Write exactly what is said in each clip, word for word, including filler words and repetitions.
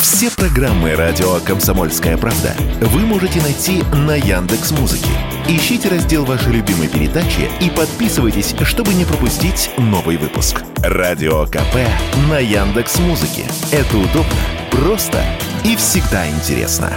Все программы радио «Комсомольская правда» вы можете найти на Яндекс.Музыке. Ищите раздел вашей любимой передачи и подписывайтесь, чтобы не пропустить новый выпуск. Радио КП на Яндекс.Музыке. Это удобно, просто и всегда интересно.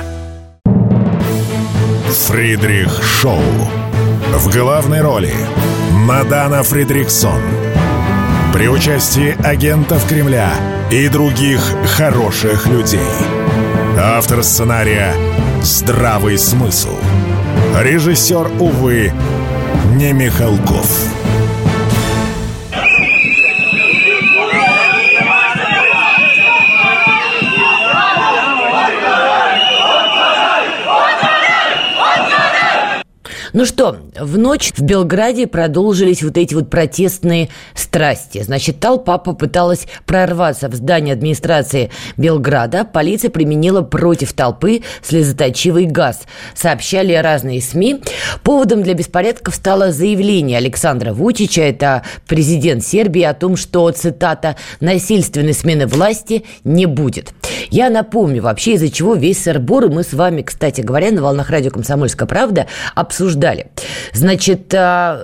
Фридрих Шоу. В главной роли Мадана Фридрихсон. При участии агентов Кремля и других хороших людей. Автор сценария «Здравый смысл». Режиссер, увы, не Михалков. Ну что, в ночь в Белграде продолжились вот эти вот протестные страсти. Значит, толпа попыталась прорваться в здание администрации Белграда. Полиция применила против толпы слезоточивый газ. Сообщали разные СМИ. Поводом для беспорядков стало заявление Александра Вучича, это президент Сербии, о том, что, цитата, «насильственной смены власти не будет». Я напомню вообще, из-за чего весь сыр-бор, мы с вами, кстати говоря, на волнах радио «Комсомольская правда» обсуждали. Значит,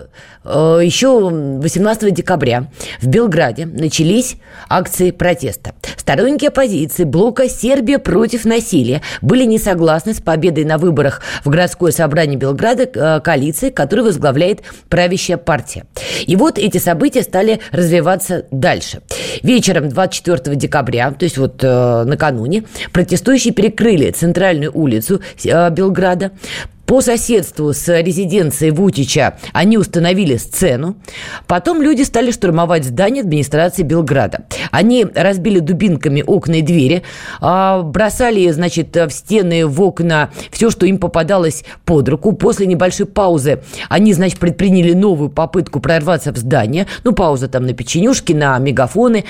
еще восемнадцатого декабря в Белграде начались акции протеста. Сторонники оппозиции блока «Сербия против насилия» были не согласны с победой на выборах в городское собрание Белграда коалиции, которую возглавляет правящая партия. И вот эти события стали развиваться дальше. Вечером двадцать четвёртого декабря, то есть вот э, накануне, протестующие перекрыли центральную улицу э, Белграда. По соседству с резиденцией Вучича они установили сцену. Потом люди стали штурмовать здание администрации Белграда. Они разбили дубинками окна и двери, бросали, значит, в стены, в окна все, что им попадалось под руку. После небольшой паузы они, значит, предприняли новую попытку прорваться в здание. Ну, пауза там на печенюшки, на мегафоны.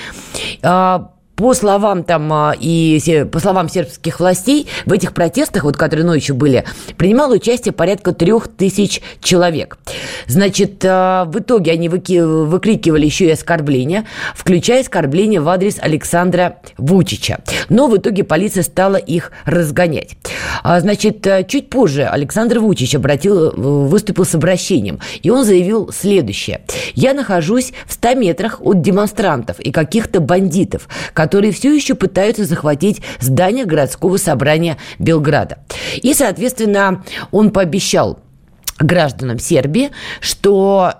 По словам, там, и, по словам сербских властей, в этих протестах, вот, которые ночью были, принимало участие порядка трех тысяч человек. Значит, в итоге они выкрикивали еще и оскорбления, включая оскорбления в адрес Александра Вучича. Но в итоге полиция стала их разгонять. Значит, чуть позже Александр Вучич обратил, выступил с обращением, и он заявил следующее. «Я нахожусь в ста метрах от демонстрантов и каких-то бандитов, которые все еще пытаются захватить здание городского собрания Белграда». И, соответственно, он пообещал гражданам Сербии, что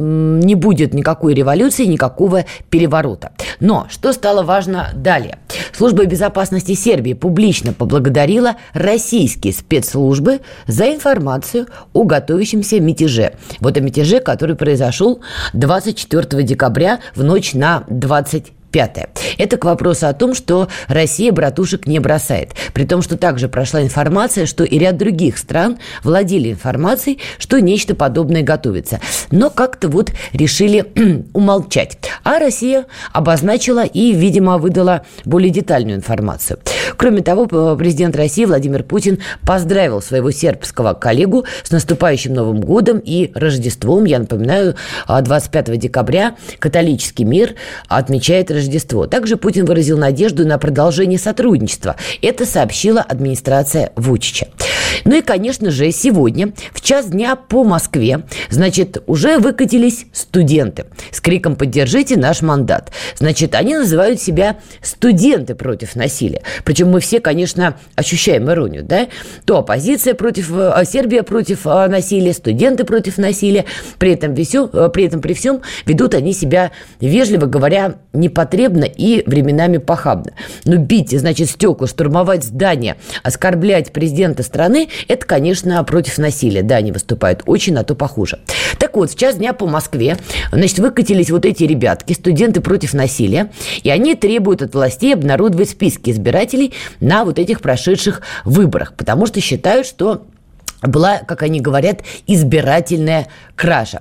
не будет никакой революции, никакого переворота. Но что стало важно далее? Служба безопасности Сербии публично поблагодарила российские спецслужбы за информацию о готовящемся мятеже. Вот о мятеже, который произошел двадцать четвёртого декабря в ночь на двадцать пятое. Это к вопросу о том, что Россия братушек не бросает. При том, что также прошла информация, что и ряд других стран владели информацией, что нечто подобное готовится. Но как-то вот решили умолчать. А Россия обозначила и, видимо, выдала более детальную информацию. Кроме того, президент России Владимир Путин поздравил своего сербского коллегу с наступающим Новым годом и Рождеством. Я напоминаю, двадцать пятого декабря католический мир отмечает Рождество. Рождество. Также Путин выразил надежду на продолжение сотрудничества. Это сообщила администрация Вучича. Ну и, конечно же, сегодня в час дня по Москве, значит, уже выкатились студенты с криком «Поддержите наш мандат». Значит, они называют себя студенты против насилия. Причем мы все, конечно, ощущаем иронию, да? То оппозиция против, Сербия против насилия, студенты против насилия. При этом, весё, при этом при всем ведут они себя, вежливо говоря, непотребно и временами похабно. Но бить, значит, стекла, штурмовать здания, оскорблять президента страны – это, конечно, против насилия. Да, они выступают очень на то похуже. Так вот, в час дня по Москве, значит, выкатились вот эти ребятки, студенты против насилия, и они требуют от властей обнародовать списки избирателей на вот этих прошедших выборах, потому что считают, что была, как они говорят, избирательная кража.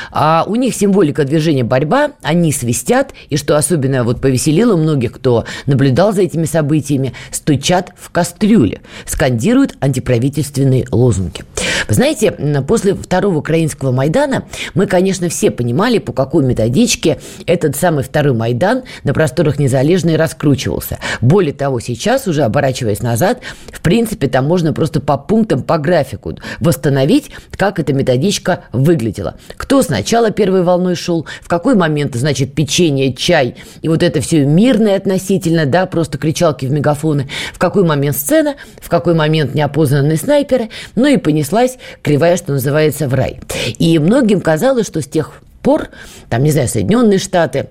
А у них символика движения «Борьба», они свистят, и что особенно вот повеселило многих, кто наблюдал за этими событиями, стучат в кастрюле, скандируют антиправительственные лозунги. Вы знаете, после второго украинского Майдана мы, конечно, все понимали, по какой методичке этот самый второй Майдан на просторах Незалежной раскручивался. Более того, сейчас, уже оборачиваясь назад, в принципе, там можно просто по пунктам, по графику восстановить, как эта методичка выглядела. Кто сначала первой волной шел, в какой момент, значит, печенье, чай и вот это все мирное относительно, да, просто кричалки в мегафоны, в какой момент сцена, в какой момент неопознанные снайперы, ну и понеслась кривая, что называется, в рай. И многим казалось, что с тех пор, там, не знаю, Соединенные Штаты,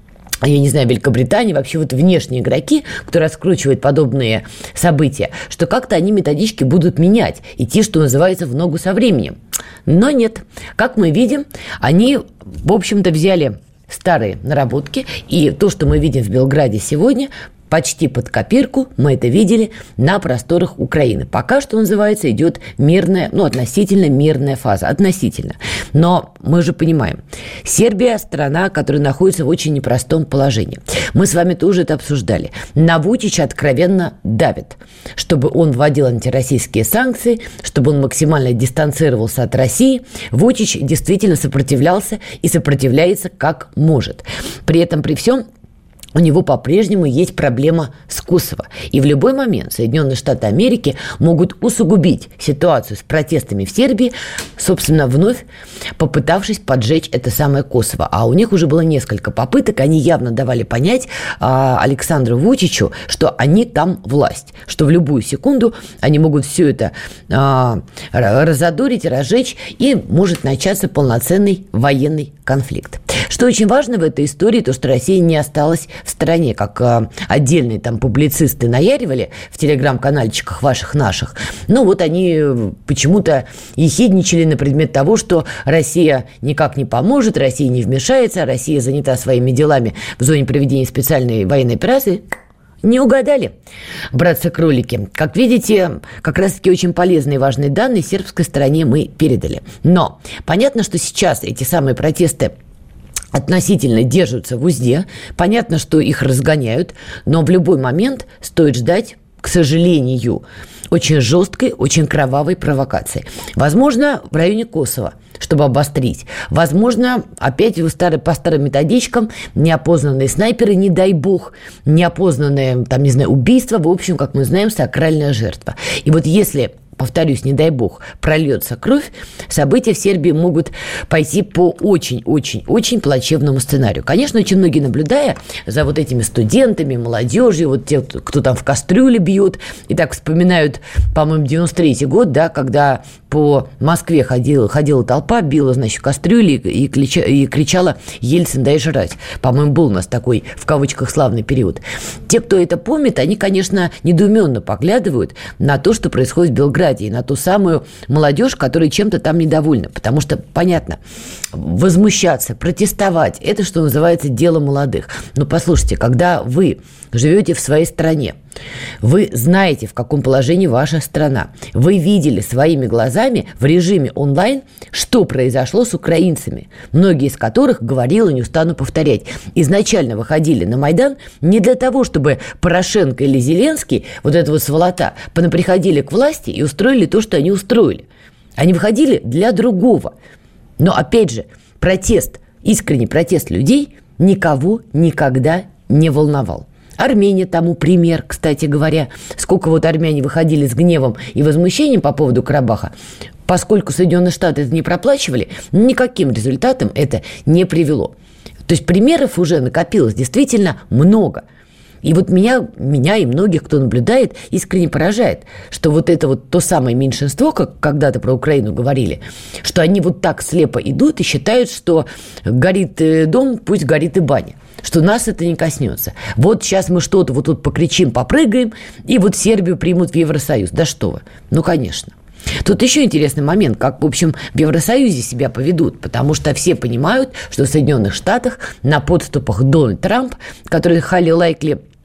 я не знаю, Великобритания, вообще вот внешние игроки, кто раскручивает подобные события, что как-то они методички будут менять, идти, что называется, в ногу со временем. Но нет. Как мы видим, они, в общем-то, взяли старые наработки, и то, что мы видим в Белграде сегодня, почти под копирку мы это видели на просторах Украины. Пока что, называется, идет мирная, ну, относительно мирная фаза. Относительно. Но мы же понимаем, Сербия – страна, которая находится в очень непростом положении. Мы с вами тоже это обсуждали. На Вучича откровенно давит, чтобы он вводил антироссийские санкции, чтобы он максимально дистанцировался от России. Вучич действительно сопротивлялся и сопротивляется как может. При этом, при всем, у него по-прежнему есть проблема с Косово. И в любой момент Соединенные Штаты Америки могут усугубить ситуацию с протестами в Сербии, собственно, вновь попытавшись поджечь это самое Косово. А у них уже было несколько попыток. Они явно давали понять а, Александру Вучичу, что они там власть, что в любую секунду они могут все это а, разодорить, разжечь, и может начаться полноценный военный конфликт. Что очень важно в этой истории, то, что Россия не осталась в стороне, как э, отдельные там публицисты наяривали в телеграм-канальчиках ваших, наших. Но вот они почему-то ехидничали на предмет того, что Россия никак не поможет, Россия не вмешается, Россия занята своими делами в зоне проведения специальной военной операции. Не угадали, братцы-кролики. Как видите, как раз-таки очень полезные и важные данные сербской стороне мы передали. Но понятно, что сейчас эти самые протесты относительно держатся в узде. Понятно, что их разгоняют, но в любой момент стоит ждать, к сожалению, очень жесткой, очень кровавой провокации. Возможно, в районе Косово, чтобы обострить. Возможно, опять по старым методичкам, неопознанные снайперы, не дай бог, неопознанные, там, не знаю, убийства, в общем, как мы знаем, сакральная жертва. И вот если, повторюсь, не дай бог, прольется кровь, события в Сербии могут пойти по очень-очень-очень плачевному сценарию. Конечно, очень многие, наблюдая за вот этими студентами, молодежью, вот те, кто там в кастрюле бьет, и так вспоминают, по-моему, девяносто третий год, да, когда по Москве ходила, ходила толпа, била, значит, кастрюли и, крича, и кричала «Ельцин, дай жрать». По-моему, был у нас такой, в кавычках, славный период. Те, кто это помнит, они, конечно, недоуменно поглядывают на то, что происходит в Белграде, и на ту самую молодежь, которая чем-то там недовольна. Потому что, понятно, возмущаться, протестовать – это, что называется, дело молодых. Но послушайте, когда вы живете в своей стране, вы знаете, в каком положении ваша страна, вы видели своими глазами в режиме онлайн, что произошло с украинцами, многие из которых, говорила, не устану повторять, изначально выходили на Майдан не для того, чтобы Порошенко или Зеленский, вот это вот сволота, приходили к власти и устроили то, что они устроили. Они выходили для другого. Но, опять же, протест, искренний протест людей никого никогда не волновал. Армения тому пример, кстати говоря. Сколько вот армяне выходили с гневом и возмущением по поводу Карабаха, поскольку Соединенные Штаты это не проплачивали, никаким результатом это не привело. То есть примеров уже накопилось действительно много. И вот меня, меня и многих, кто наблюдает, искренне поражает, что вот это вот то самое меньшинство, как когда-то про Украину говорили, что они вот так слепо идут и считают, что горит дом, пусть горит и баня, что нас это не коснется. Вот сейчас мы что-то вот тут покричим, попрыгаем, и вот Сербию примут в Евросоюз. Да что вы, ну, конечно. Тут еще интересный момент, как, в общем, в Евросоюзе себя поведут, потому что все понимают, что в Соединенных Штатах на подступах Дональд Трамп, который highly likely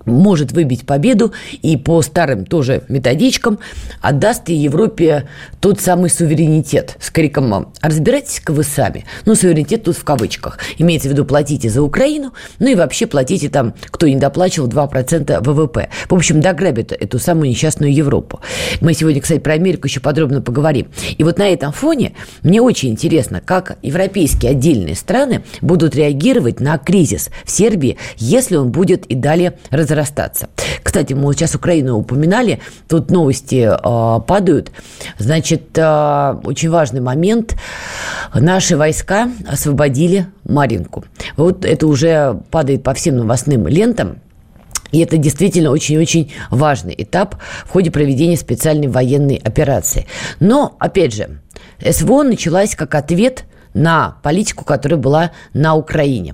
может выбить победу и по старым тоже методичкам отдаст Европе тот самый суверенитет с криком «А разбирайтесь-ка вы сами». Ну, суверенитет тут в кавычках. Имеется в виду, платите за Украину, ну и вообще платите там, кто не доплачивал, два процента вэ вэ пэ. В общем, дограбят эту самую несчастную Европу. Мы сегодня, кстати, про Америку еще подробно поговорим. И вот на этом фоне мне очень интересно, как европейские отдельные страны будут реагировать на кризис в Сербии, если он будет и далее разрастаться. Расстаться. Кстати, мы сейчас Украину упоминали, тут новости э, падают. Значит, э, очень важный момент. Наши войска освободили Маринку. Вот это уже падает по всем новостным лентам. И это действительно очень-очень важный этап в ходе проведения специальной военной операции. Но, опять же, эс вэ о началась как ответ на политику, которая была на Украине.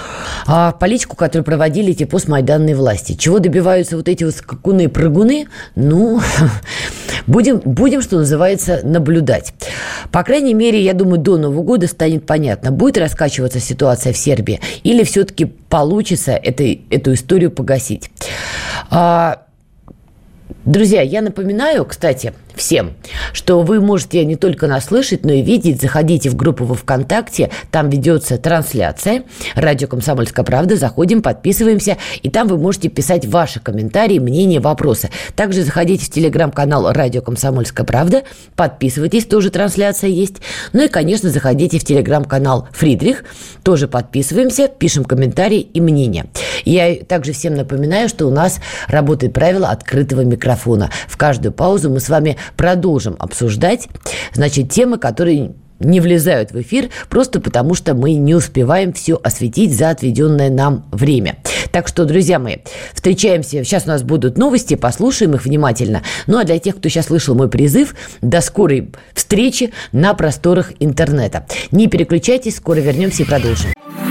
А политику, которую проводили эти постмайданные власти. Чего добиваются вот эти вот скакуны-прыгуны? Ну, будем, будем, что называется, наблюдать. По крайней мере, я думаю, до Нового года станет понятно, будет раскачиваться ситуация в Сербии или все-таки получится этой, эту историю погасить. А, друзья, я напоминаю, кстати, всем, что вы можете не только нас слышать, но и видеть. Заходите в группу во ВКонтакте, там ведется трансляция «Радио Комсомольская правда». Заходим, подписываемся, и там вы можете писать ваши комментарии, мнения, вопросы. Также заходите в телеграм-канал «Радио Комсомольская правда», подписывайтесь, тоже трансляция есть. Ну и, конечно, заходите в телеграм-канал «Фридрих», тоже подписываемся, пишем комментарии и мнения. Я также всем напоминаю, что у нас работает правило открытого микрофона. В каждую паузу мы с вами продолжим обсуждать, значит, темы, которые не влезают в эфир, просто потому что мы не успеваем все осветить за отведенное нам время. Так что, друзья мои, встречаемся. Сейчас у нас будут новости, послушаем их внимательно. Ну, а для тех, кто сейчас слышал мой призыв, до скорой встречи на просторах интернета. Не переключайтесь, скоро вернемся и продолжим.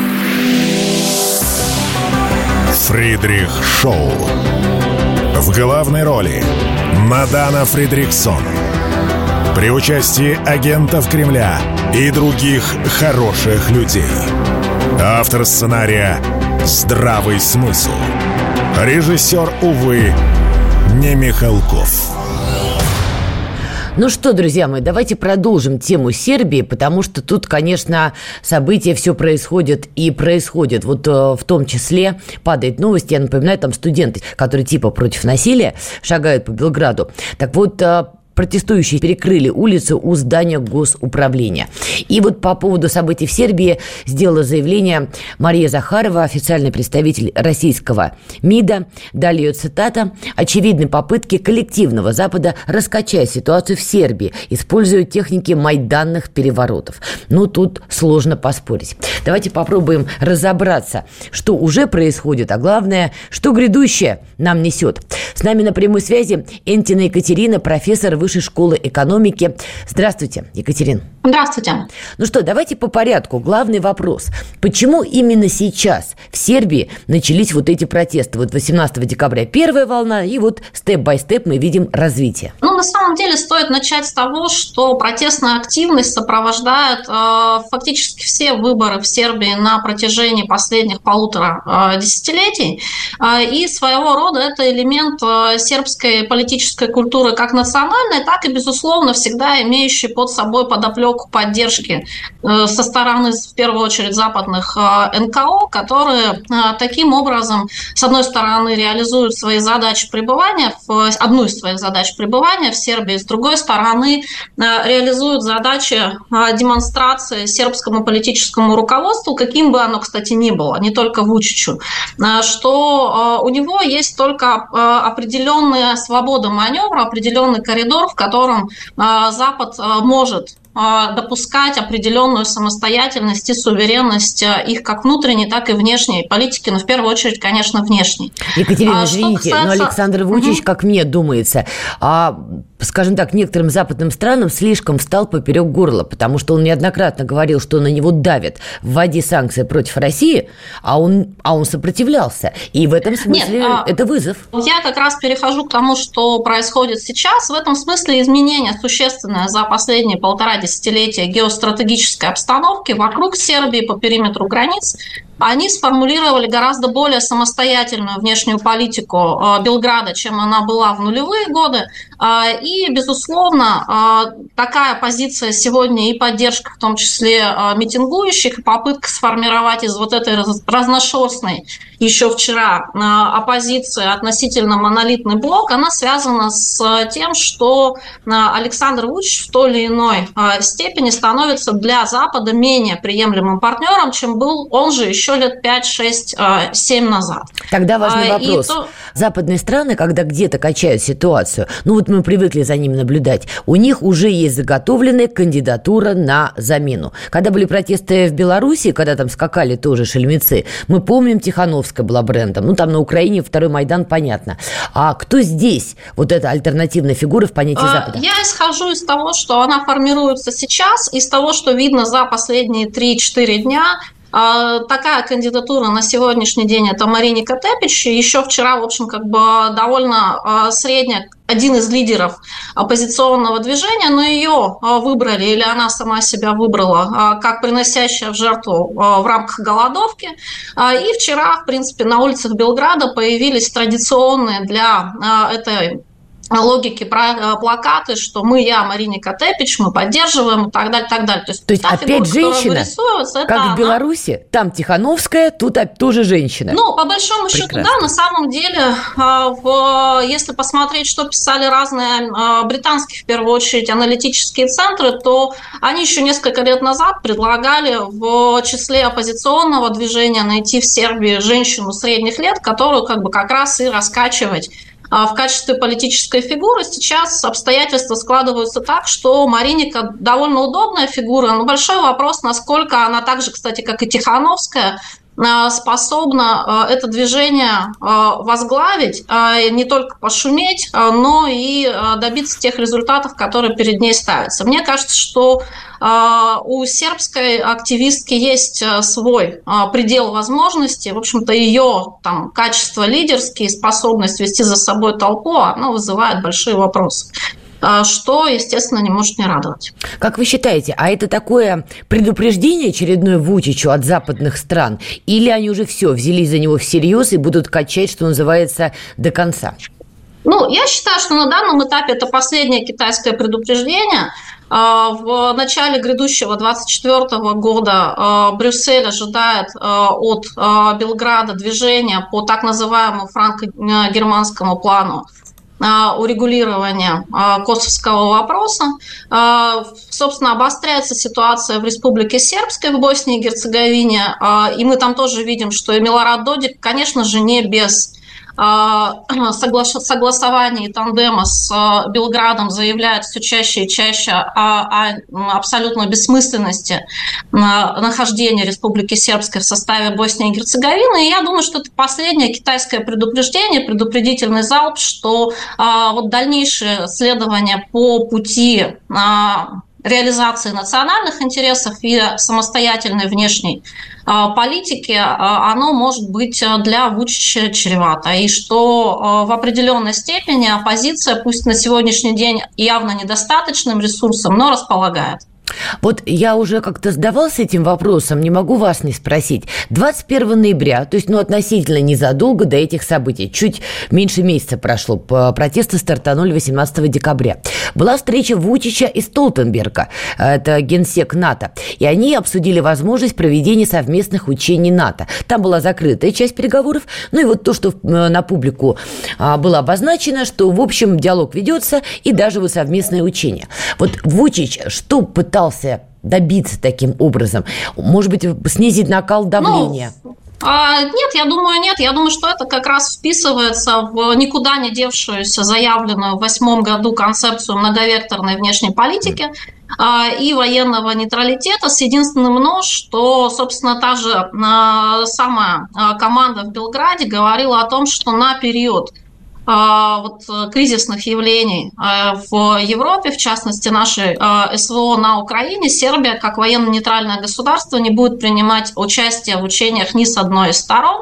Фридрих Шоу. В главной роли Мадана Фридриксон. При участии агентов Кремля и других хороших людей. Автор сценария «Здравый смысл». Режиссер, увы, не Михалков. Ну что, друзья мои, давайте продолжим тему Сербии, потому что тут, конечно, события все происходят и происходят. Вот э, в том числе падает новость, я напоминаю, там студенты, которые типа против насилия шагают по Белграду. Так вот, э, протестующие перекрыли улицу у здания госуправления. И вот по поводу событий в Сербии сделала заявление Мария Захарова, официальный представитель российского МИДа. Далее ее цитата: «Очевидны попытки коллективного Запада раскачать ситуацию в Сербии, используя техники майданных переворотов». Ну, тут сложно поспорить. Давайте попробуем разобраться, что уже происходит, а главное, что грядущее нам несет. С нами на прямой связи Энтина Екатерина, профессор Высшей школы экономики. Здравствуйте, Екатерина. Здравствуйте. Ну что, давайте по порядку. Главный вопрос. Почему именно сейчас в Сербии начались вот эти протесты? Вот восемнадцатого декабря первая волна, и вот степ-бай-степ мы видим развитие. Ну, на самом деле, стоит начать с того, что протестная активность сопровождает э, фактически все выборы в Сербии на протяжении последних полутора э, десятилетий. Э, и своего рода это элемент э, сербской политической культуры как национальной, так и, безусловно, всегда имеющий под собой подоплеку поддержки э, со стороны, в первую очередь, западных э, эн ка о, которые э, таким образом, с одной стороны, реализуют свои задачи пребывания, в, одну из своих задач пребывания в Сербии, с другой стороны, э, реализуют задачи э, демонстрации сербскому политическому руководству, каким бы оно, кстати, ни было, не только Вучичу, э, что э, у него есть только э, определенная свобода маневра, определенный коридор, в котором э, Запад э, может допускать определенную самостоятельность и суверенность их как внутренней, так и внешней политики, но в первую очередь, конечно, внешней. Екатерина, а, извините, касается... но Александр Вучич, угу. как мне думается, а, скажем так, некоторым западным странам слишком встал поперек горла, потому что он неоднократно говорил, что на него давят, вводи санкции против России, а он, а он сопротивлялся. И в этом смысле Нет, это вызов. Я как раз перехожу к тому, что происходит сейчас. В этом смысле изменение существенное за последние полтора десятилетия геостратегической обстановки вокруг Сербии по периметру границ они сформулировали гораздо более самостоятельную внешнюю политику Белграда, чем она была в нулевые годы. И, безусловно, такая позиция сегодня и поддержка, в том числе митингующих, и попытка сформировать из вот этой разношерстной еще вчера оппозиции относительно монолитный блок, она связана с тем, что Александр Вучич в той или иной степени становится для Запада менее приемлемым партнером, чем был он же еще лет пять, шесть, семь назад. Тогда важный вопрос. То... Западные страны, когда где-то качают ситуацию, ну вот мы привыкли за ними наблюдать, у них уже есть заготовленная кандидатура на замену. Когда были протесты в Беларуси, когда там скакали тоже шельмецы, мы помним, Тихановская была брендом. Ну, там на Украине второй Майдан, понятно. А кто здесь вот эта альтернативная фигура в понятии Запада? Я исхожу из того, что она формируется сейчас, из того, что видно за последние три-четыре дня. Такая кандидатура на сегодняшний день – это Мариника Тепич. Еще вчера, в общем, как бы довольно средняя, один из лидеров оппозиционного движения, но ее выбрали, или она сама себя выбрала, как приносящая в жертву в рамках голодовки. И вчера, в принципе, на улицах Белграда появились традиционные для этой логики про плакаты, что мы, я, Мариника Тепич, мы поддерживаем и так далее, так далее. То есть, То есть опять фигура, женщина, как в Беларуси, там Тихановская, тут тоже женщина. Ну, по большому Прекрасно. счету, да, на самом деле, в, если посмотреть, что писали разные британские, в первую очередь, аналитические центры, то они еще несколько лет назад предлагали в числе оппозиционного движения найти в Сербии женщину средних лет, которую как бы как раз и раскачивать в качестве политической фигуры. Сейчас обстоятельства складываются так, что Мариника довольно удобная фигура, но большой вопрос, насколько она так же, кстати, как и Тихановская, способна это движение возглавить, не только пошуметь, но и добиться тех результатов, которые перед ней ставятся. Мне кажется, что у сербской активистки есть свой предел возможностей. В общем-то, ее там, качество лидерские, способность вести за собой толпу, оно вызывает большие вопросы, что, естественно, не может не радовать. Как вы считаете, а это такое предупреждение очередное Вучичу от западных стран? Или они уже все, взялись за него всерьез и будут качать, что называется, до конца? Ну, я считаю, что на данном этапе это последнее китайское предупреждение. В начале грядущего двадцать четвёртого года Брюссель ожидает от Белграда движения по так называемому франко-германскому плану урегулирования косовского вопроса. Собственно, обостряется ситуация в Республике Сербской, в Боснии и Герцеговине, и мы там тоже видим, что Милорад Додик, конечно же, не без согласования и тандема с Белградом заявляет все чаще и чаще о, о абсолютной бессмысленности нахождения Республики Сербской в составе Боснии и Герцеговины. И я думаю, что это последнее китайское предупреждение, предупредительный залп, что вот дальнейшее следование по пути реализации национальных интересов и самостоятельной внешней политики, оно может быть для Вучича чревато. И что в определенной степени оппозиция, пусть на сегодняшний день явно недостаточным ресурсом, но располагает. Вот я уже как-то задавался этим вопросом, не могу вас не спросить. двадцать первого ноября, то есть ну, относительно незадолго до этих событий, чуть меньше месяца прошло, протесты стартанули восемнадцатого декабря. Была встреча Вучича и Столтенберга, это генсек НАТО, и они обсудили возможность проведения совместных учений НАТО. Там была закрытая часть переговоров, ну и вот то, что на публику было обозначено, что в общем диалог ведется и даже вот совместные учения. Вот Вучич что пытался добиться таким образом? Может быть, снизить накал давления? Ну, а, нет, я думаю, нет. Я думаю, что это как раз вписывается в никуда не девшуюся заявленную в восьмом году концепцию многовекторной внешней политики а, и военного нейтралитета, с единственным но, что, собственно, та же а, самая а, команда в Белграде говорила о том, что на период вот, кризисных явлений в Европе, в частности, нашей СВО на Украине, Сербия, как военно-нейтральное государство, не будет принимать участие в учениях ни с одной из сторон.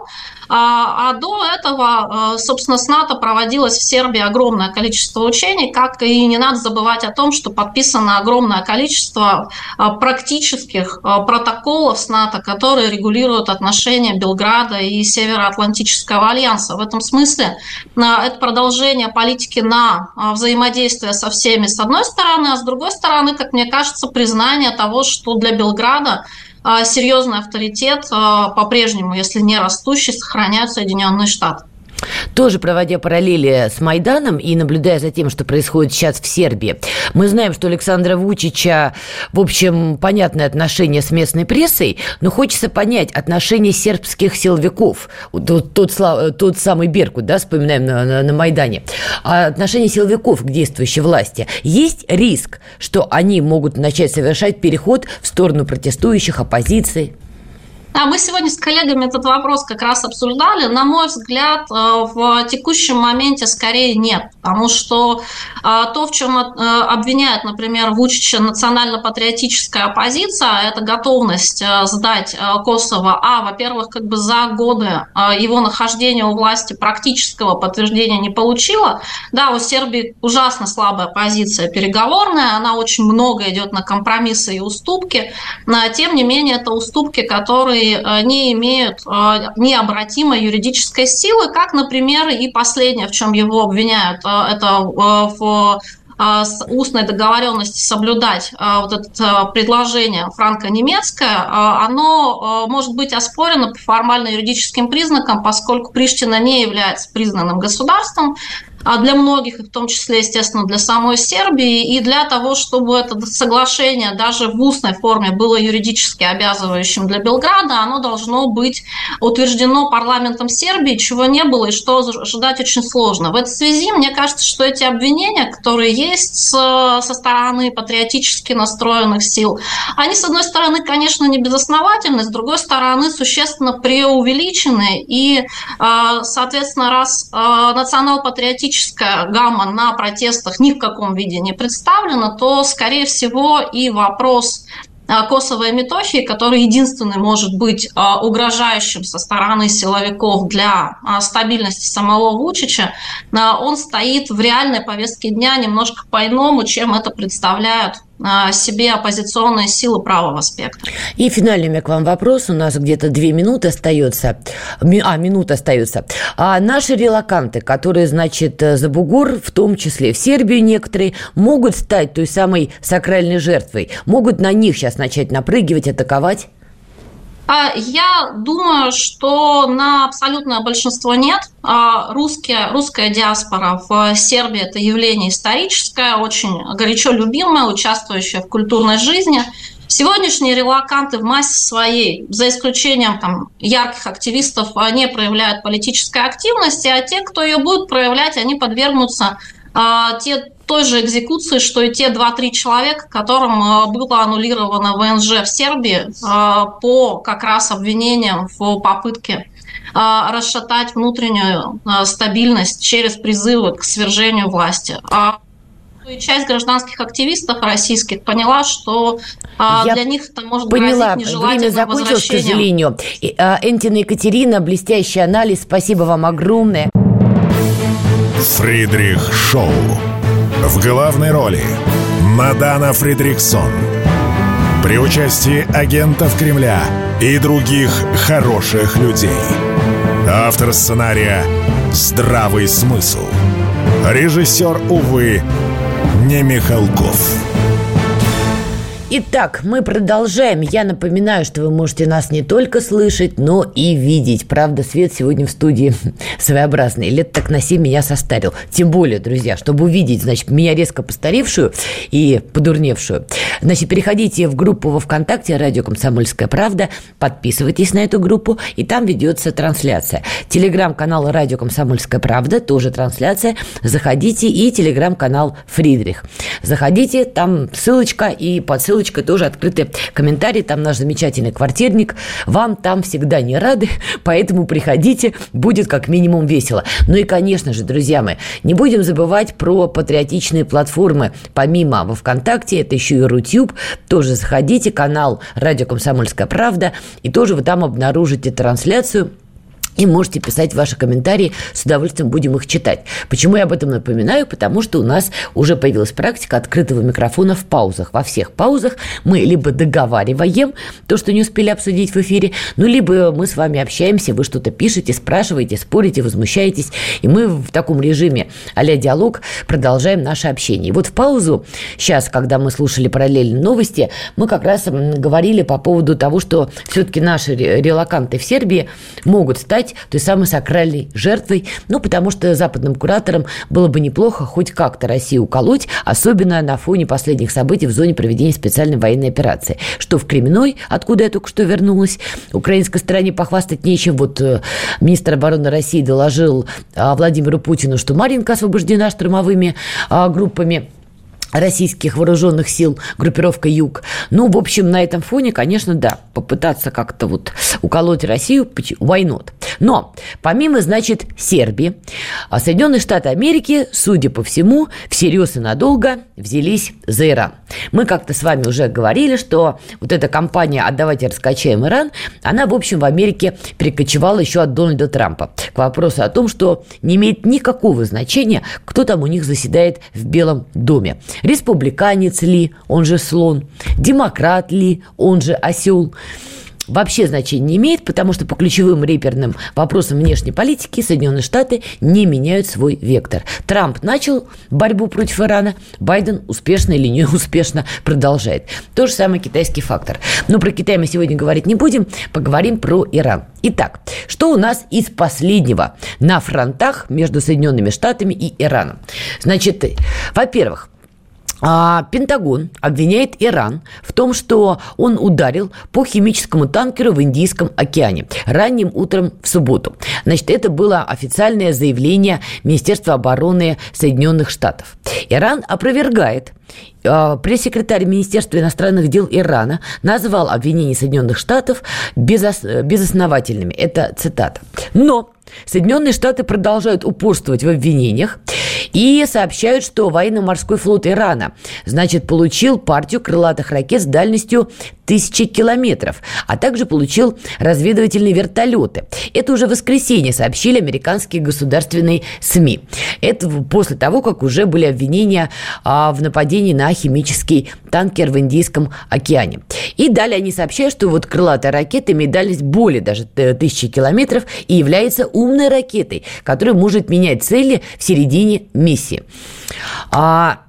А до этого, собственно, с НАТО проводилось в Сербии огромное количество учений, как и не надо забывать о том, что подписано огромное количество практических протоколов с НАТО, которые регулируют отношения Белграда и Североатлантического альянса. В этом смысле это продолжение политики на взаимодействие со всеми с одной стороны, а с другой стороны, как мне кажется, признание того, что для Белграда серьезный авторитет по-прежнему, если не растущий, сохраняют Соединенные Штаты. Тоже проводя параллели с Майданом и наблюдая за тем, что происходит сейчас в Сербии, мы знаем, что у Александра Вучича, в общем, понятное отношение с местной прессой, но хочется понять отношение сербских силовиков. Тот, тот, тот самый Беркут, да, вспоминаем на, на, на Майдане. А отношение силовиков к действующей власти. Есть риск, что они могут начать совершать переход в сторону протестующих, оппозиции? Да, мы сегодня с коллегами этот вопрос как раз обсуждали. На мой взгляд, в текущем моменте скорее нет, потому что то, в чем обвиняет, например, Вучича национально-патриотическая оппозиция, это готовность сдать Косово, а, во-первых, как бы за годы его нахождения у власти практического подтверждения не получила. Да, у Сербии ужасно слабая позиция переговорная, она очень много идет на компромиссы и уступки, но, тем не менее, это уступки, которые не имеют необратимой юридической силы, как, например, и последнее, в чем его обвиняют, это в устной договоренности соблюдать вот это предложение франко-немецкое, оно может быть оспорено по формально-юридическим признакам, поскольку Приштина не является признанным государством для многих, и в том числе, естественно, для самой Сербии, и для того, чтобы это соглашение даже в устной форме было юридически обязывающим для Белграда, оно должно быть утверждено парламентом Сербии, чего не было и что ожидать очень сложно. В этой связи мне кажется, что эти обвинения, которые есть со стороны патриотически настроенных сил, они, с одной стороны, конечно, не безосновательны, с другой стороны, существенно преувеличены, и, соответственно, раз национал-патриотический гамма на протестах ни в каком виде не представлена, то, скорее всего, и вопрос Косово и Метохии, который единственный может быть угрожающим со стороны силовиков для стабильности самого Вучича, он стоит в реальной повестке дня немножко по-иному, чем это представляют себе оппозиционные силы правого спектра. И финальный у меня к вам вопрос. У нас где-то две минуты остается. А, минута остается. А наши релоканты, которые, значит, за бугор, в том числе в Сербию некоторые, могут стать той самой сакральной жертвой? Могут на них сейчас начать напрыгивать, атаковать? Я думаю, что на абсолютное большинство нет. Русские, русская диаспора в Сербии – это явление историческое, очень горячо любимое, участвующее в культурной жизни. Сегодняшние релоканты в массе своей, за исключением там, ярких активистов, не проявляют политической активности, а те, кто ее будет проявлять, они подвергнутся те, той же экзекуции, что и те два-три человека, которым было аннулировано ВНЖ в Сербии по как раз обвинениям в попытке расшатать внутреннюю стабильность через призывы к свержению власти. И часть гражданских активистов российских поняла, что Я для них это может поняла. грозить нежелательным Время закончилось, возвращением. к сожалению. Энтина Екатерина, блестящий анализ. Спасибо вам огромное. Фридрих Шоу. В главной роли Мадана Фридрихсон. При участии агентов Кремля и других хороших людей. Автор сценария «Здравый смысл». Режиссер, увы, не Михалков. Итак, мы продолжаем. Я напоминаю, что вы можете нас не только слышать, но и видеть. Правда, свет сегодня в студии своеобразный. Лет так на семь меня состарил. Тем более, друзья, чтобы увидеть, значит, меня резко постаревшую и подурневшую, значит, переходите в группу во ВКонтакте «Радио Комсомольская правда», подписывайтесь на эту группу, и там ведется трансляция. Телеграм-канал «Радио Комсомольская правда», тоже трансляция. Заходите, и телеграм-канал «Фридрих». Заходите, там ссылочка, и под ссылочкой тоже открыты комментарии, там наш замечательный квартирник, вам там всегда не рады, поэтому приходите, будет как минимум весело. Ну и, конечно же, друзья мои, не будем забывать про патриотичные платформы, помимо во ВКонтакте, это еще и Рутюб, тоже заходите, канал «Радио Комсомольская правда», и тоже вы там обнаружите трансляцию И можете писать ваши комментарии, с удовольствием будем их читать. Почему я об этом напоминаю? Потому что у нас уже появилась практика открытого микрофона в паузах. Во всех паузах мы либо договариваем то, что не успели обсудить в эфире, ну, либо мы с вами общаемся, вы что-то пишете, спрашиваете, спорите, возмущаетесь, и мы в таком режиме а-ля диалог продолжаем наше общение. И вот в паузу, сейчас, когда мы слушали параллельно новости, мы как раз говорили по поводу того, что все-таки наши релоканты в Сербии могут стать той самой сакральной жертвой, ну, потому что западным кураторам было бы неплохо хоть как-то Россию уколоть, особенно на фоне последних событий в зоне проведения специальной военной операции. Что в Кременной, откуда я только что вернулась, украинской стороне похвастать нечем. Вот э, министр обороны России доложил э, Владимиру Путину, что Марьинка освобождена штурмовыми э, группами российских вооруженных сил, группировка «Юг». Ну, в общем, на этом фоне, конечно, да, попытаться как-то вот уколоть Россию, why not? Но помимо, значит, Сербии, Соединенные Штаты Америки, судя по всему, всерьез и надолго взялись за Иран. Мы как-то с вами уже говорили, что вот эта кампания «А давайте раскачаем Иран», она, в общем, в Америке перекочевала еще от Дональда Трампа к вопросу о том, что не имеет никакого значения, кто там у них заседает в Белом доме. Республиканец ли, он же слон, демократ ли, он же осел. Вообще значения не имеет, потому что по ключевым реперным вопросам внешней политики Соединенные Штаты не меняют свой вектор. Трамп начал борьбу против Ирана, Байден успешно или неуспешно продолжает. То же самое китайский фактор. Но про Китай мы сегодня говорить не будем, поговорим про Иран. Итак, что у нас из последнего на фронтах между Соединенными Штатами и Ираном? Значит, во-первых, Пентагон обвиняет Иран в том, что он ударил по химическому танкеру в Индийском океане ранним утром в субботу. Значит, это было официальное заявление Министерства обороны Соединенных Штатов. Иран опровергает. Пресс-секретарь Министерства иностранных дел Ирана назвал обвинения Соединенных Штатов безос... безосновательными. Это цитата. Но Соединенные Штаты продолжают упорствовать в обвинениях и сообщают, что военно-морской флот Ирана, значит, получил партию крылатых ракет с дальностью тысячи километров, а также получил разведывательные вертолеты. Это уже в воскресенье сообщили американские государственные СМИ. Это после того, как уже были обвинения а, в нападении на химический танкер в Индийском океане. И далее они сообщают, что вот крылатая ракета имеет дальность более даже тысячи километров и является умной ракетой, которая может менять цели в середине миссии. А,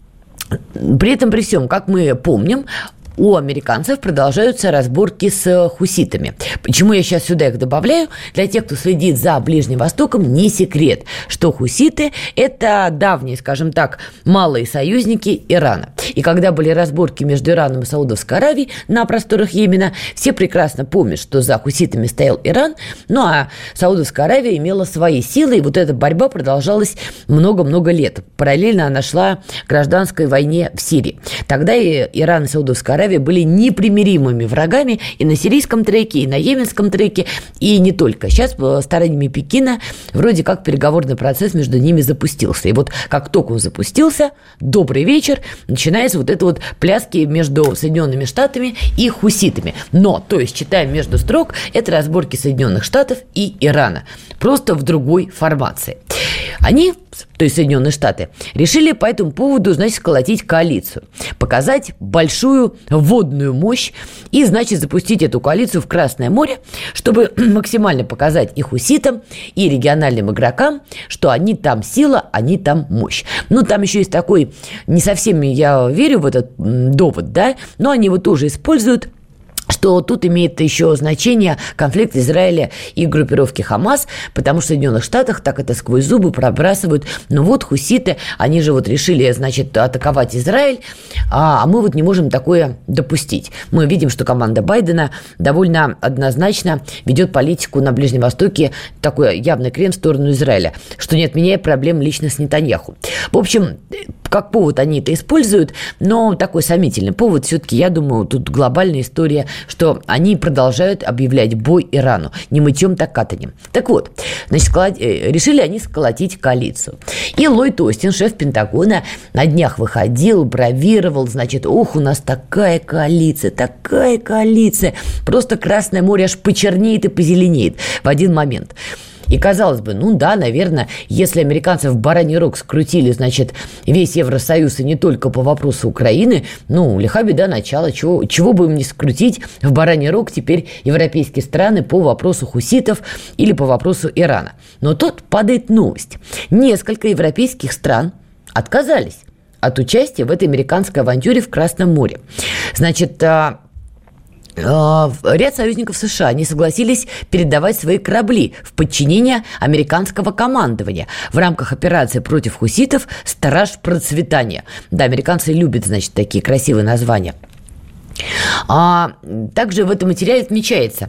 при этом, при всем, как мы помним, у американцев продолжаются разборки с хуситами. Почему я сейчас сюда их добавляю? Для тех, кто следит за Ближним Востоком, не секрет, что хуситы – это давние, скажем так, малые союзники Ирана. И когда были разборки между Ираном и Саудовской Аравией на просторах Йемена, все прекрасно помнят, что за хуситами стоял Иран, ну а Саудовская Аравия имела свои силы, и вот эта борьба продолжалась много-много лет. Параллельно она шла к гражданской войне в Сирии. Тогда и Иран и Саудовская Аравия были непримиримыми врагами и на сирийском треке, и на йеменском треке, и не только. Сейчас стараниями Пекина вроде как переговорный процесс между ними запустился. И вот как только он запустился, добрый вечер, начинается вот это вот пляски между Соединенными Штатами и хуситами. Но, то есть, читаем между строк, это разборки Соединенных Штатов и Ирана. Просто в другой формации. Они, то есть Соединенные Штаты, решили по этому поводу, значит, сколотить коалицию, показать большую водную мощь и, значит, запустить эту коалицию в Красное море, чтобы максимально показать и хуситам, и региональным игрокам, что они там сила, они там мощь. Ну, там еще есть такой, не совсем я верю в этот довод, да, но они его тоже используют, что тут имеет еще значение конфликт Израиля и группировки Хамас, потому что в Соединенных Штатах так это сквозь зубы пробрасывают. Но вот хуситы, они же вот решили, значит, атаковать Израиль, а мы вот не можем такое допустить. Мы видим, что команда Байдена довольно однозначно ведет политику на Ближнем Востоке, такой явный крен в сторону Израиля, что не отменяет проблем лично с Нетаньяху. В общем, как повод они это используют, но такой сомнительный повод. Все-таки, я думаю, тут глобальная история, что они продолжают объявлять бой Ирану. Не мытьем, так катанем. Так вот, значит, решили они сколотить коалицию. И Ллойд Остин, шеф Пентагона, на днях выходил, бравировал, значит, ух, у нас такая коалиция, такая коалиция. Просто Красное море аж почернеет и позеленеет в один момент. И казалось бы, ну да, наверное, если американцы в бараний рог скрутили, значит, весь Евросоюз и не только по вопросу Украины, ну, лиха беда начала, чего, чего бы им не скрутить в бараний рог теперь европейские страны по вопросу хуситов или по вопросу Ирана. Но тут падает новость. Несколько европейских стран отказались от участия в этой американской авантюре в Красном море. Значит, ряд союзников США не согласились передавать свои корабли в подчинение американского командования в рамках операции против хуситов «Страж процветания». Да, американцы любят, значит, такие красивые названия. А также в этом материале отмечается: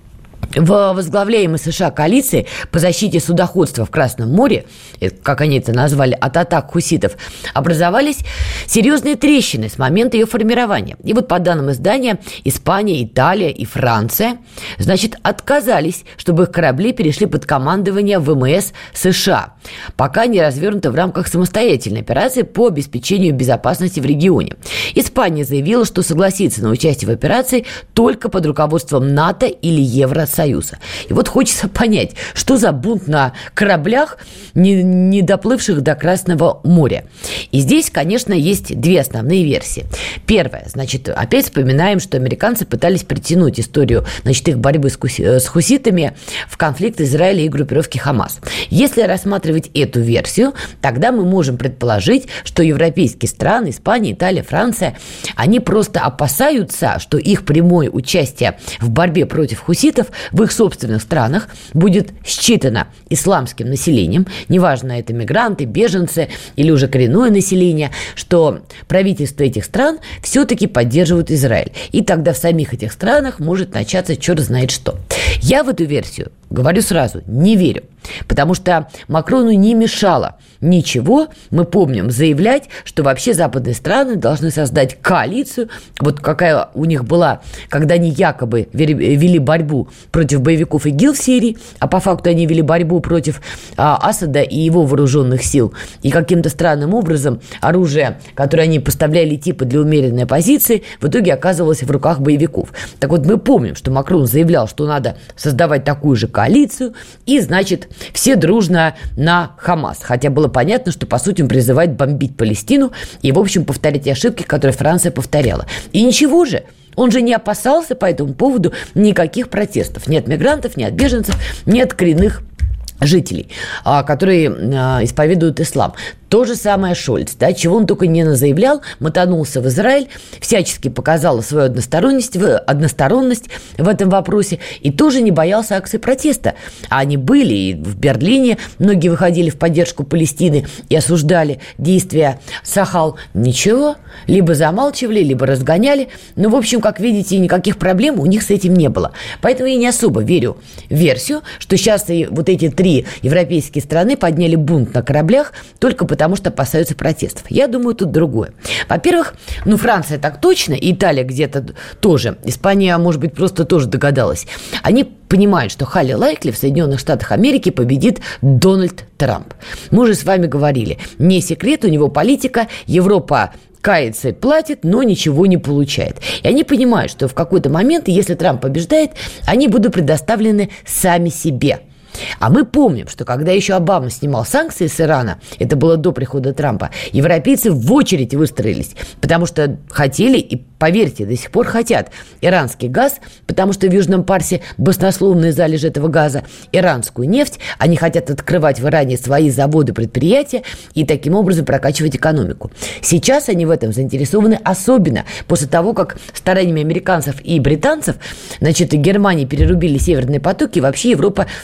в возглавляемой США коалиции по защите судоходства в Красном море, как они это назвали, от атак хуситов, образовались серьезные трещины с момента ее формирования. И вот по данным издания, Испания, Италия и Франция, значит, отказались, чтобы их корабли перешли под командование ВМС США, пока не развернуто в рамках самостоятельной операции по обеспечению безопасности в регионе. Испания заявила, что согласится на участие в операции только под руководством НАТО или Евросоюза. Союза. И вот хочется понять, что за бунт на кораблях, не, не доплывших до Красного моря. И здесь, конечно, есть две основные версии. Первая, значит, опять вспоминаем, что американцы пытались притянуть историю, значит, их борьбы с, хуси, с хуситами в конфликт Израиля и группировки Хамас. Если рассматривать эту версию, тогда мы можем предположить, что европейские страны, Испания, Италия, Франция, они просто опасаются, что их прямое участие в борьбе против хуситов в их собственных странах будет считано исламским населением, неважно, это мигранты, беженцы или уже коренное население, что правительства этих стран все-таки поддерживают Израиль. И тогда в самих этих странах может начаться черт знает что. Я в эту версию, говорю сразу, не верю. Потому что Макрону не мешало ничего, мы помним, заявлять, что вообще западные страны должны создать коалицию, вот какая у них была, когда они якобы вели борьбу против боевиков ИГИЛ в Сирии, а по факту они вели борьбу против а, Асада и его вооруженных сил. И каким-то странным образом оружие, которое они поставляли типа для умеренной оппозиции, в итоге оказывалось в руках боевиков. Так вот, мы помним, что Макрон заявлял, что надо создавать такую же коалицию, и, значит, все дружно на Хамас. Хотя было понятно, что, по сути, он призывает бомбить Палестину и, в общем, повторять ошибки, которые Франция повторяла. И ничего же, он же не опасался по этому поводу никаких протестов. Ни от мигрантов, ни от беженцев, ни от коренных жителей, которые исповедуют ислам. То же самое Шольц, да, чего он только не заявлял, мотанулся в Израиль, всячески показал свою односторонность, односторонность в этом вопросе и тоже не боялся акций протеста. А они были и в Берлине, многие выходили в поддержку Палестины и осуждали действия Сахал. Ничего, либо замалчивали, либо разгоняли. Но, в общем, как видите, никаких проблем у них с этим не было. Поэтому я не особо верю в версию, что сейчас и вот эти три европейские страны подняли бунт на кораблях только потому, потому что опасаются протестов. Я думаю, тут другое. Во-первых, ну, Франция так точно, и Италия где-то тоже, Испания, может быть, просто тоже догадалась. Они понимают, что highly likely в Соединенных Штатах Америки победит Дональд Трамп. Мы уже с вами говорили, не секрет, у него политика, Европа кается и платит, но ничего не получает. И они понимают, что в какой-то момент, если Трамп побеждает, они будут предоставлены сами себе. А мы помним, что когда еще Обама снимал санкции с Ирана, это было до прихода Трампа, европейцы в очередь выстроились, потому что хотели, и поверьте, до сих пор хотят, иранский газ, потому что в Южном Парсе баснословные залежи этого газа, иранскую нефть, они хотят открывать в Иране свои заводы, предприятия и таким образом прокачивать экономику. Сейчас они в этом заинтересованы особенно после того, как стараниями американцев и британцев, значит, Германии перерубили северные потоки, и вообще Европа внесла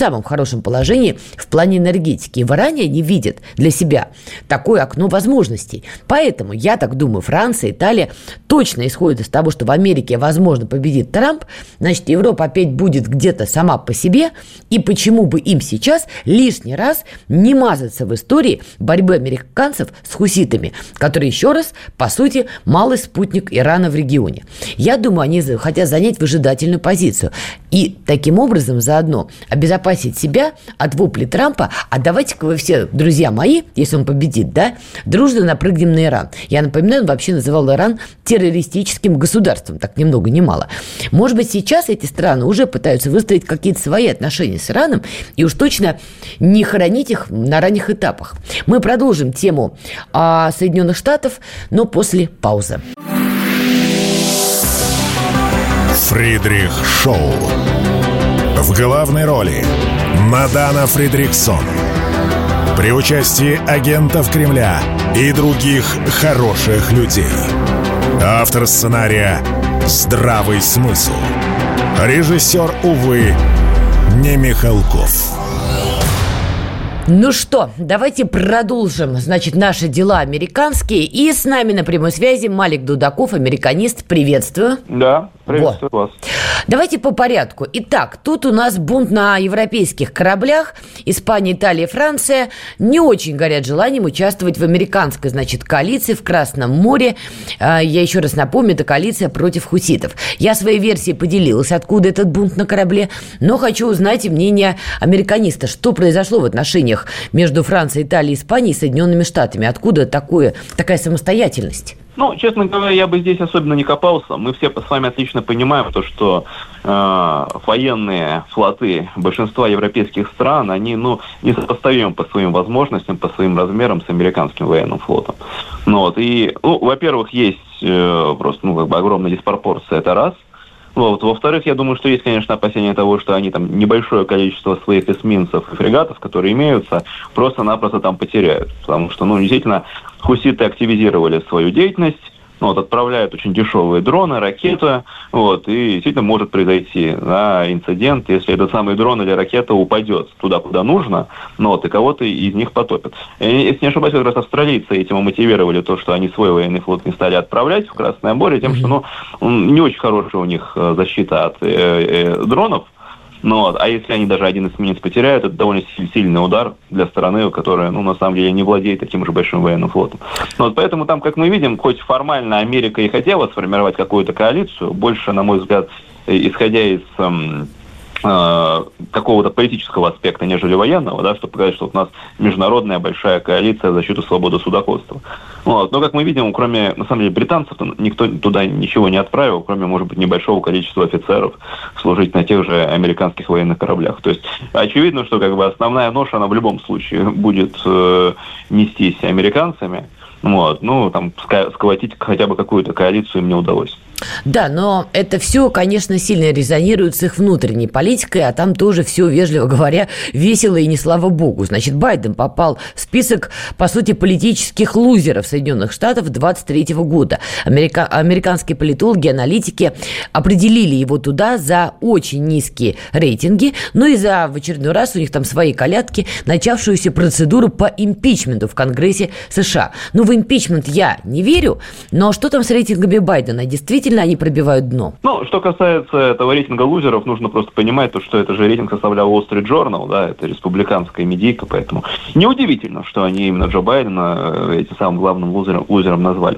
самом хорошем положении в плане энергетики. И в Иране они видят для себя такое окно возможностей. Поэтому, я так думаю, Франция, Италия точно исходят из того, что в Америке, возможно, победит Трамп, значит, Европа опять будет где-то сама по себе, и почему бы им сейчас лишний раз не мазаться в истории борьбы американцев с хуситами, которые, еще раз, по сути, малый спутник Ирана в регионе. Я думаю, они хотят занять выжидательную позицию и таким образом заодно обезопасить себя от вопли Трампа: а давайте-ка вы все, друзья мои, если он победит, да, дружно напрыгнем на Иран. Я напоминаю, он вообще называл Иран террористическим государством, так ни много ни мало. Может быть, сейчас эти страны уже пытаются выстроить какие-то свои отношения с Ираном и уж точно не хоронить их на ранних этапах. Мы продолжим тему о Соединенных Штатах, но после паузы. Фридрих Шоу. В главной роли Мадана Фридриксон. При участии агентов Кремля и других хороших людей. Автор сценария «Здравый смысл». Режиссер, увы, не Михалков. Ну что, давайте продолжим, значит, наши дела американские. И с нами на прямой связи Малик Дудаков, американист. Приветствую. Да, приветствую вот. вас. Давайте по порядку. Итак, тут у нас бунт на европейских кораблях. Испания, Италия, Франция не очень горят желанием участвовать в американской, значит, коалиции в Красном море. Я еще раз напомню, это коалиция против хуситов. Я своей версией поделилась, откуда этот бунт на корабле, но хочу узнать и мнение американиста. Что произошло в отношениях между Францией, Италией, Испанией и Соединенными Штатами? Откуда такое, такая самостоятельность? Ну, честно говоря, я бы здесь особенно не копался. Мы все с вами отлично понимаем, то, что э, военные флоты большинства европейских стран, они, ну, несопоставимы по своим возможностям, по своим размерам с американским военным флотом. Ну, вот, и, ну, во-первых, есть э, просто, ну, как бы огромная диспропорция, это раз. Вот. Во-вторых, я думаю, что есть, конечно, опасения того, что они там небольшое количество своих эсминцев и фрегатов, которые имеются, просто-напросто там потеряют. Потому что, ну, действительно, хуситы активизировали свою деятельность, ну, вот, отправляют очень дешевые дроны, ракеты, вот, и действительно может произойти, да, инцидент, если этот самый дрон или ракета упадет туда, куда нужно, ну, вот, и кого-то из них потопят. И, если не ошибаюсь, как раз австралийцы этим мотивировали то, что они свой военный флот не стали отправлять в Красное море, тем, что, ну, не очень хорошая у них защита от э, э, дронов. Ну, вот, а если они даже один эсминец потеряют, это довольно сильный удар для страны, которая, ну, на самом деле, не владеет таким же большим военным флотом. Ну, вот, поэтому там, как мы видим, хоть формально Америка и хотела сформировать какую-то коалицию, больше, на мой взгляд, исходя из эм, э, какого-то политического аспекта, нежели военного, да, чтобы показать, что у нас международная большая коалиция в защиту свободы судоходства. Вот. Но, как мы видим, кроме, на самом деле, британцев, никто туда ничего не отправил, кроме, может быть, небольшого количества офицеров служить на тех же американских военных кораблях. То есть, очевидно, что как бы основная ноша, она в любом случае будет э, нестись американцами. Вот. Ну, там, сколотить хотя бы какую-то коалицию им не удалось. Да, но это все, конечно, сильно резонирует с их внутренней политикой, а там тоже все, вежливо говоря, весело и не слава богу. Значит, Байден попал в список, по сути, политических лузеров Соединенных Штатов двадцать третьего года. Америка... Американские политологи, аналитики определили его туда за очень низкие рейтинги, ну и за, в очередной раз, у них там свои колядки, начавшуюся процедуру по импичменту в Конгрессе США. Ну, в импичмент я не верю, но что там с рейтингами Байдена? Действительно, они пробивают дно? Ну, что касается этого рейтинга лузеров, нужно просто понимать, то, что это же рейтинг составлял Wall Street Journal, да, это республиканская медийка, поэтому неудивительно, что они именно Джо Байдена этим самым главным лузером, лузером назвали.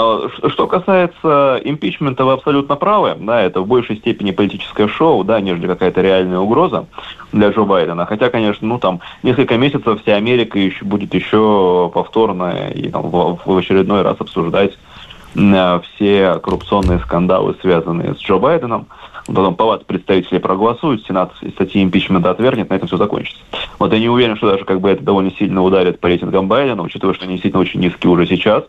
Что касается импичмента, вы абсолютно правы, да, это в большей степени политическое шоу, да, нежели какая-то реальная угроза для Джо Байдена, хотя, конечно, ну, там, несколько месяцев вся Америка еще будет еще повторно и там, в, в очередной раз обсуждать все коррупционные скандалы, связанные с Джо Байденом. Потом палата представителей проголосует, Сенат статьи импичмента отвергнет, на этом все закончится. Вот я не уверен, что даже как бы это довольно сильно ударит по рейтингам Байдена, учитывая, что они действительно очень низкие уже сейчас.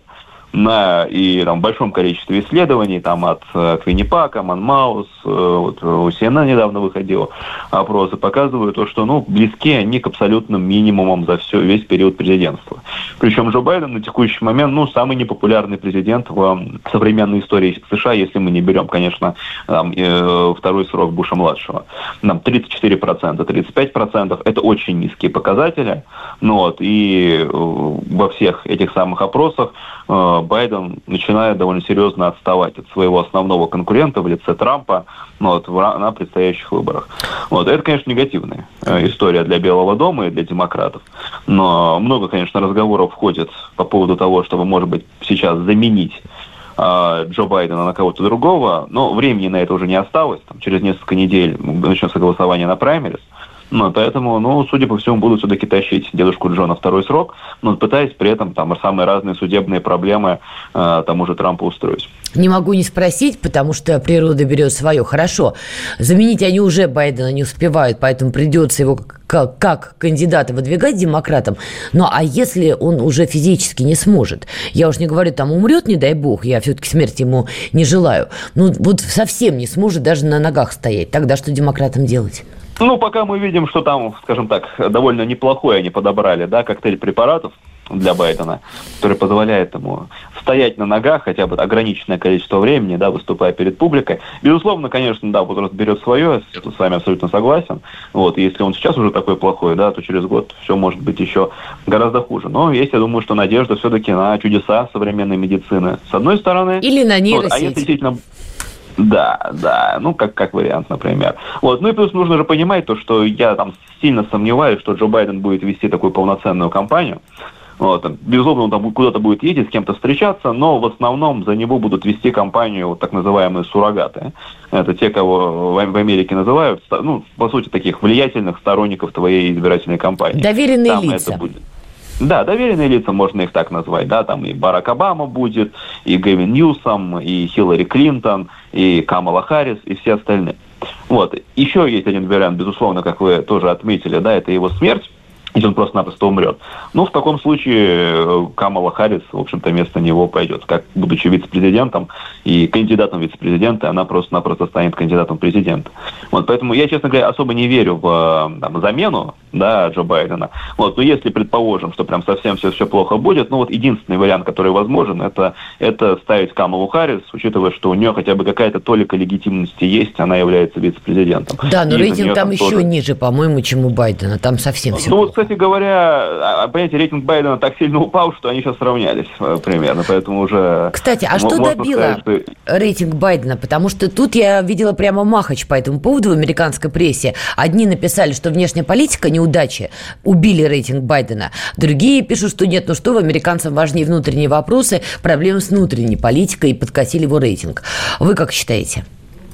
на и там большом количестве исследований, там от Квиннипака, Монмаус, вот у Си Эн Эн недавно выходило опросы, показывают то, что ну, близки они к абсолютным минимумам за все, весь период президентства. Причем Джо Байден на текущий момент ну, самый непопулярный президент в современной истории США, если мы не берем, конечно, там, э, второй срок Буша-младшего. Там тридцать четыре процента, тридцать пять процентов – это очень низкие показатели. Ну, вот, и э, во всех этих самых опросах э, Байден начинает довольно серьезно отставать от своего основного конкурента в лице Трампа ну, вот, в, на предстоящих выборах. Вот, это, конечно, негативная э, история для Белого дома и для демократов. Но много, конечно, разговоров входит по поводу того, чтобы, может быть, сейчас заменить э, Джо Байдена на кого-то другого, но времени на это уже не осталось. Там, через несколько недель начнется голосование на праймерис. Ну, поэтому, ну, судя по всему, будут все-таки тащить дедушку Джо на второй срок, но пытаясь при этом там самые разные судебные проблемы э, тому же Трампу устроить. Не могу не спросить, потому что природа берет свое. Хорошо, заменить они уже Байдена не успевают, поэтому придется его как, как кандидата выдвигать демократам. Ну, а если он уже физически не сможет? Я уж не говорю, там умрет, не дай бог, я все-таки смерти ему не желаю. Ну, вот совсем не сможет даже на ногах стоять. Тогда что демократам делать? Ну, пока мы видим, что там, скажем так, довольно неплохой они подобрали, да, коктейль препаратов для Байдена, который позволяет ему стоять на ногах хотя бы ограниченное количество времени, да, выступая перед публикой. Безусловно, конечно, да, возраст берет свое, я тут с вами абсолютно согласен. Вот, и если он сейчас уже такой плохой, да, то через год все может быть еще гораздо хуже. Но есть, я думаю, что надежда все-таки на чудеса современной медицины. С одной стороны... Или на нейросеть. Вот, а если действительно... Да, да, ну, как, как вариант, например. Вот, ну и плюс нужно же понимать то, что я там сильно сомневаюсь, что Джо Байден будет вести такую полноценную кампанию. Вот, безусловно, он там куда-то будет ездить, с кем-то встречаться, но в основном за него будут вести кампанию вот так называемые суррогаты. Это те, кого в Америке называют, ну, по сути, таких влиятельных сторонников твоей избирательной кампании. Доверенные там лица. Это будет. Да, доверенные лица, можно их так назвать, да, там и Барак Обама будет, и Гэвин Ньюсом, и Хиллари Клинтон, и Камала Харрис, и все остальные. Вот, еще есть один вариант, безусловно, как вы тоже отметили, да, это его смерть, если он просто-напросто умрет. Ну, в таком случае Камала Харрис, в общем-то, вместо него пойдет. Как, будучи вице-президентом и кандидатом в вице-президента, она просто-напросто станет кандидатом в президента. Вот, поэтому я, честно говоря, особо не верю в там, замену, да, Джо Байдена. Вот, но если предположим, что прям совсем все, все плохо будет, ну, вот единственный вариант, который возможен, это, это ставить Камалу Харрис, учитывая, что у нее хотя бы какая-то толика легитимности есть, она является вице-президентом. Да, но и рейтинг там еще тоже... ниже, по-моему, чем у Байдена. Там совсем все ну, плохо. Вот, кстати говоря, понимаете, рейтинг Байдена так сильно упал, что они сейчас сравнялись примерно, поэтому уже... Кстати, а что добило сказать, что... рейтинг Байдена? Потому что тут я видела прямо махач по этому поводу в американской прессе. Одни написали, что внешняя политика неудачи, убили рейтинг Байдена. Другие пишут, что нет, ну что, в американцам важнее внутренние вопросы, проблемы с внутренней политикой, и подкосили его рейтинг. Вы как считаете?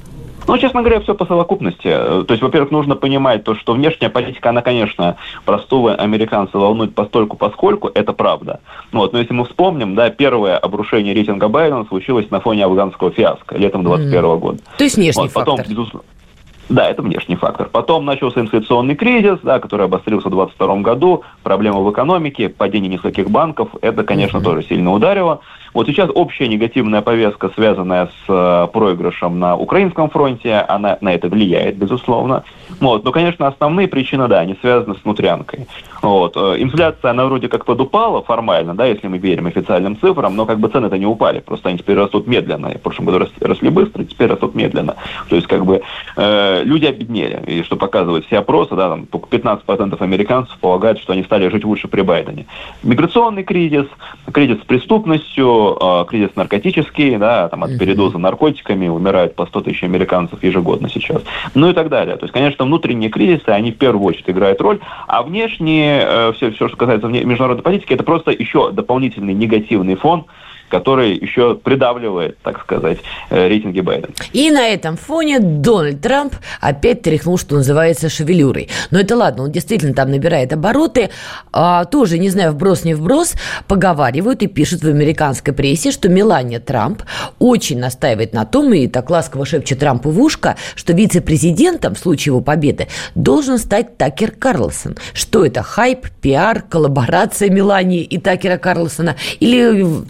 Ну, честно говоря, все по совокупности. То есть, во-первых, нужно понимать то, что внешняя политика, она, конечно, простого американца волнует постольку, поскольку, это правда. Вот, но если мы вспомним, да, первое обрушение рейтинга Байдена случилось на фоне афганского фиаско летом двадцать первого года. То есть внешний вот, потом, фактор. Безусловно, да, это внешний фактор. Потом начался инфляционный кризис, да, который обострился в двадцать втором году, проблемы в экономике, падение нескольких банков, это, конечно, mm-hmm. тоже сильно ударило. Вот сейчас общая негативная повестка, связанная с э, проигрышем на украинском фронте, она на это влияет, безусловно. Вот. Но, конечно, основные причины, да, они связаны с внутрянкой. Вот. Инфляция, она вроде как подупала формально, да, если мы верим официальным цифрам, но как бы цены-то не упали, просто они теперь растут медленно. В прошлом году росли быстро, теперь растут медленно. То есть, как бы, э, люди обеднели, и что показывают все опросы, да, там, только пятнадцать процентов американцев полагают, что они стали жить лучше при Байдене. Миграционный кризис, кризис с преступностью, кризис наркотический, да, там от передоза наркотиками умирают по сто тысяч американцев ежегодно сейчас, ну и так далее. То есть, конечно, внутренние кризисы, они в первую очередь играют роль, а внешние, э, все, все, что касается международной политики, это просто еще дополнительный негативный фон, который еще придавливает, так сказать, рейтинги Байдена. И на этом фоне Дональд Трамп опять тряхнул, что называется, шевелюрой. Но это ладно, он действительно там набирает обороты. А, тоже, не знаю, вброс не вброс, поговаривают и пишут в американской прессе, что Мелания Трамп очень настаивает на том, и так ласково шепчет Трампу в ушко, что вице-президентом в случае его победы должен стать Такер Карлсон. Что это? Хайп, пиар, коллаборация Мелании и Такера Карлсона? Или так возможно?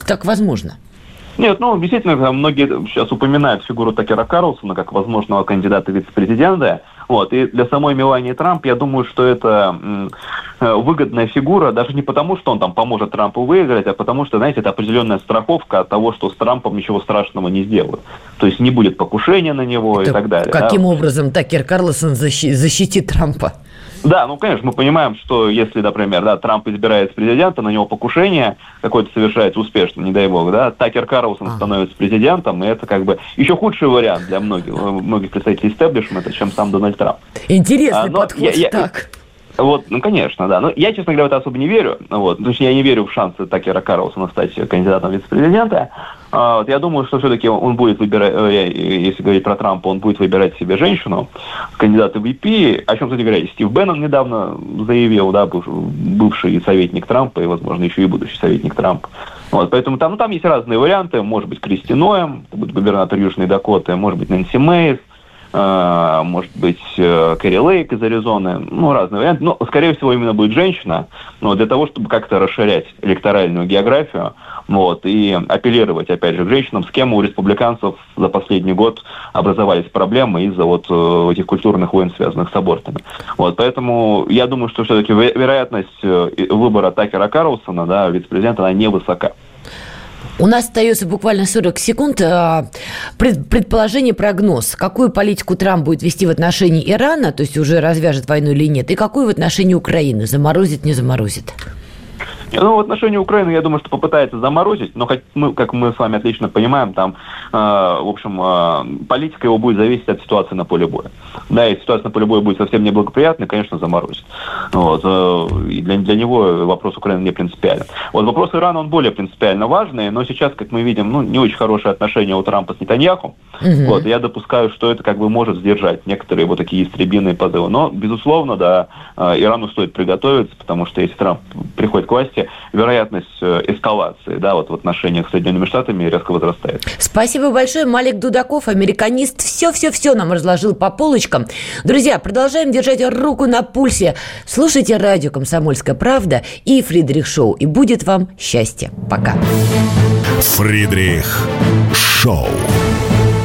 возможно? Нет, ну, действительно, многие сейчас упоминают фигуру Такера Карлсона как возможного кандидата в вице-президента. Вот. И для самой Мелании Трамп, я думаю, что это м, выгодная фигура, даже не потому, что он там поможет Трампу выиграть, а потому что, знаете, это определенная страховка от того, что с Трампом ничего страшного не сделают. То есть не будет покушения на него это и так далее. Каким да? образом Такер Карлсон защи- защитит Трампа? Да, ну, конечно, мы понимаем, что если, например, да, Трамп избирается президентом, на него покушение какое-то совершается успешно, не дай бог, да, Такер Карлсон а. становится президентом, и это как бы еще худший вариант для многих, многих представителей истеблишмента, чем сам Дональд Трамп. Интересный а, подход, я, я, так. Вот, ну, конечно, да. Но я, честно говоря, в это особо не верю. Вот. То есть я не верю в шансы Такера Карлсона стать кандидатом в вице-президента. А, вот, я думаю, что все-таки он будет выбирать, если говорить про Трампа, он будет выбирать себе женщину, кандидата в ви пи, о чем, кстати говоря, Стив Беннон недавно заявил, да, бывший советник Трампа и, возможно, еще и будущий советник Трампа. Вот, поэтому там, ну, там есть разные варианты. Может быть, Кристи Ноэм, это будет губернатор Южной Дакоты, может быть, Нэнси Мейс, может быть, Кэрри Лейк из Аризоны, ну, разные варианты. Но, скорее всего, именно будет женщина, но для того, чтобы как-то расширять электоральную географию, вот, и апеллировать, опять же, к женщинам, с кем у республиканцев за последний год образовались проблемы из-за вот этих культурных войн, связанных с абортами. Вот, поэтому я думаю, что все-таки вероятность выбора Такера Карлсона, да, вице-президента, она невысока. У нас остается буквально сорок секунд. Предположение, прогноз. Какую политику Трамп будет вести в отношении Ирана, то есть уже развяжет войну или нет, и какую в отношении Украины? Заморозит, не заморозит? Ну, в отношении Украины, я думаю, что попытается заморозить, но хоть мы, как мы с вами отлично понимаем, там, э, в общем, э, политика его будет зависеть от ситуации на поле боя. Да, если ситуация на поле боя будет совсем неблагоприятной, конечно, заморозит. Вот, э, и для, для него вопрос Украины не принципиален. Вот вопрос Ирана, он более принципиально важный, но сейчас, как мы видим, ну, не очень хорошие отношения у Трампа с Нетаньяху. Угу. Вот, я допускаю, что это как бы может сдержать некоторые вот такие истребиные позывы. Но, безусловно, да, э, Ирану стоит приготовиться, потому что если Трамп приходит к власти, вероятность эскалации, да, вот в отношениях с Соединенными Штатами резко возрастает. Спасибо большое. Малик Дудаков, американист, все-все-все нам разложил по полочкам. Друзья, продолжаем держать руку на пульсе. Слушайте радио «Комсомольская правда» и Фридрих Шоу, и будет вам счастье. Пока. Фридрих Шоу.